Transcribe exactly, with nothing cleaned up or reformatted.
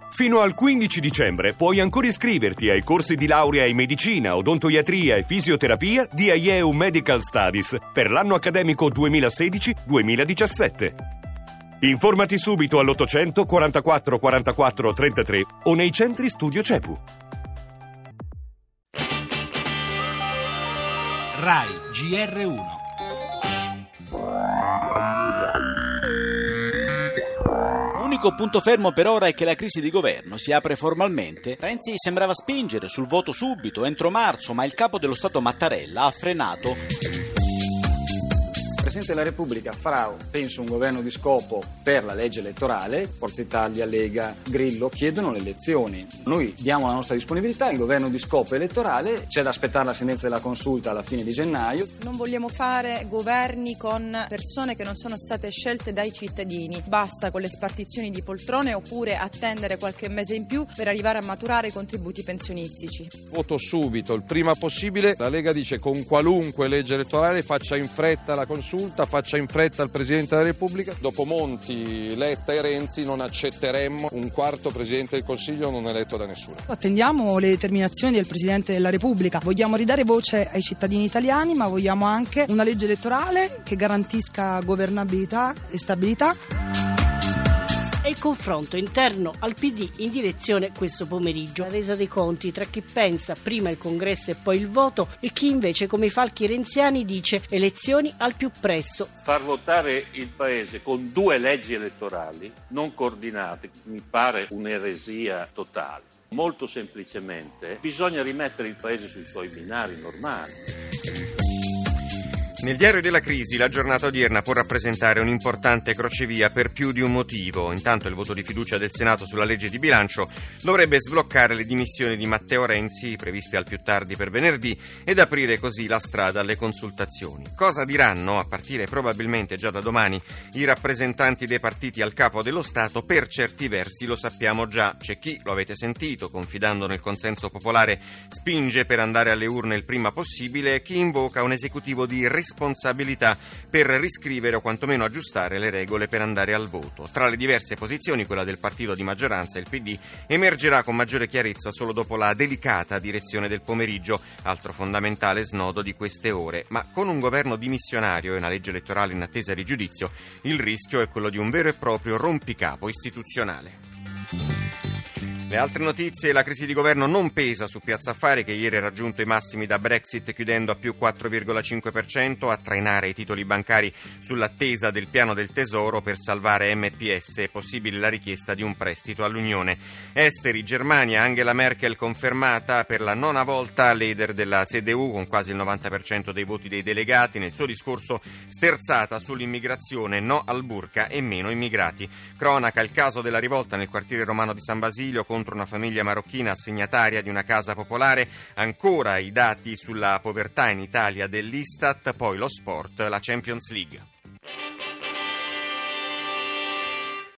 Fino al quindici dicembre puoi ancora iscriverti ai corsi di laurea in medicina, odontoiatria e fisioterapia di Aieu Medical Studies per l'anno accademico duemilasedici duemiladiciassette. Informati subito all'ottocento quarantaquattro quarantaquattro trentatré o nei centri studio CEPU. Rai G R uno. L'unico punto fermo per ora è che la crisi di governo si apre formalmente. Renzi sembrava spingere sul voto subito, entro marzo, ma il capo dello Stato Mattarella ha frenato. Il Presidente della Repubblica farà, penso, un governo di scopo per la legge elettorale. Forza Italia, Lega, Grillo chiedono le elezioni. Noi diamo la nostra disponibilità, il governo di scopo elettorale, c'è da aspettare la sentenza della consulta alla fine di gennaio. Non vogliamo fare governi con persone che non sono state scelte dai cittadini. Basta con le spartizioni di poltrone oppure attendere qualche mese in più per arrivare a maturare i contributi pensionistici. Voto subito, il prima possibile. La Lega dice con qualunque legge elettorale faccia in fretta la consulta, faccia in fretta il Presidente della Repubblica. Dopo Monti, Letta e Renzi non accetteremmo un quarto Presidente del Consiglio non eletto da nessuno. Attendiamo le determinazioni del Presidente della Repubblica. Vogliamo ridare voce ai cittadini italiani, ma vogliamo anche una legge elettorale che garantisca governabilità e stabilità. E il confronto interno al P D in direzione questo pomeriggio. La resa dei conti tra chi pensa prima il congresso e poi il voto e chi invece, come i falchi renziani, dice elezioni al più presto. Far votare il Paese con due leggi elettorali non coordinate mi pare un'eresia totale. Molto semplicemente bisogna rimettere il Paese sui suoi binari normali. Nel diario della crisi la giornata odierna può rappresentare un importante crocevia per più di un motivo. Intanto il voto di fiducia del Senato sulla legge di bilancio dovrebbe sbloccare le dimissioni di Matteo Renzi, previste al più tardi per venerdì, ed aprire così la strada alle consultazioni. Cosa diranno, a partire probabilmente già da domani, i rappresentanti dei partiti al capo dello Stato? Per certi versi lo sappiamo già. C'è chi, lo avete sentito, confidando nel consenso popolare, spinge per andare alle urne il prima possibile e chi invoca un esecutivo di responsabilità responsabilità per riscrivere o quantomeno aggiustare le regole per andare al voto. Tra le diverse posizioni, quella del partito di maggioranza, il P D, emergerà con maggiore chiarezza solo dopo la delicata direzione del pomeriggio, altro fondamentale snodo di queste ore. Ma con un governo dimissionario e una legge elettorale in attesa di giudizio, il rischio è quello di un vero e proprio rompicapo istituzionale. Le altre notizie: la crisi di governo non pesa su Piazza Affari, che ieri ha raggiunto i massimi da Brexit, chiudendo a più quattro virgola cinque per cento, a trainare i titoli bancari sull'attesa del piano del tesoro per salvare M P S e possibile la richiesta di un prestito all'Unione. Esteri, Germania, Angela Merkel confermata per la nona volta leader della C D U con quasi il novanta per cento dei voti dei delegati. Nel suo discorso sterzata sull'immigrazione, no al burka e meno immigrati. Cronaca, il caso della rivolta nel quartiere romano di San Basilio contro una famiglia marocchina assegnataria di una casa popolare. Ancora i dati sulla povertà in Italia dell'Istat, poi lo sport, la Champions League.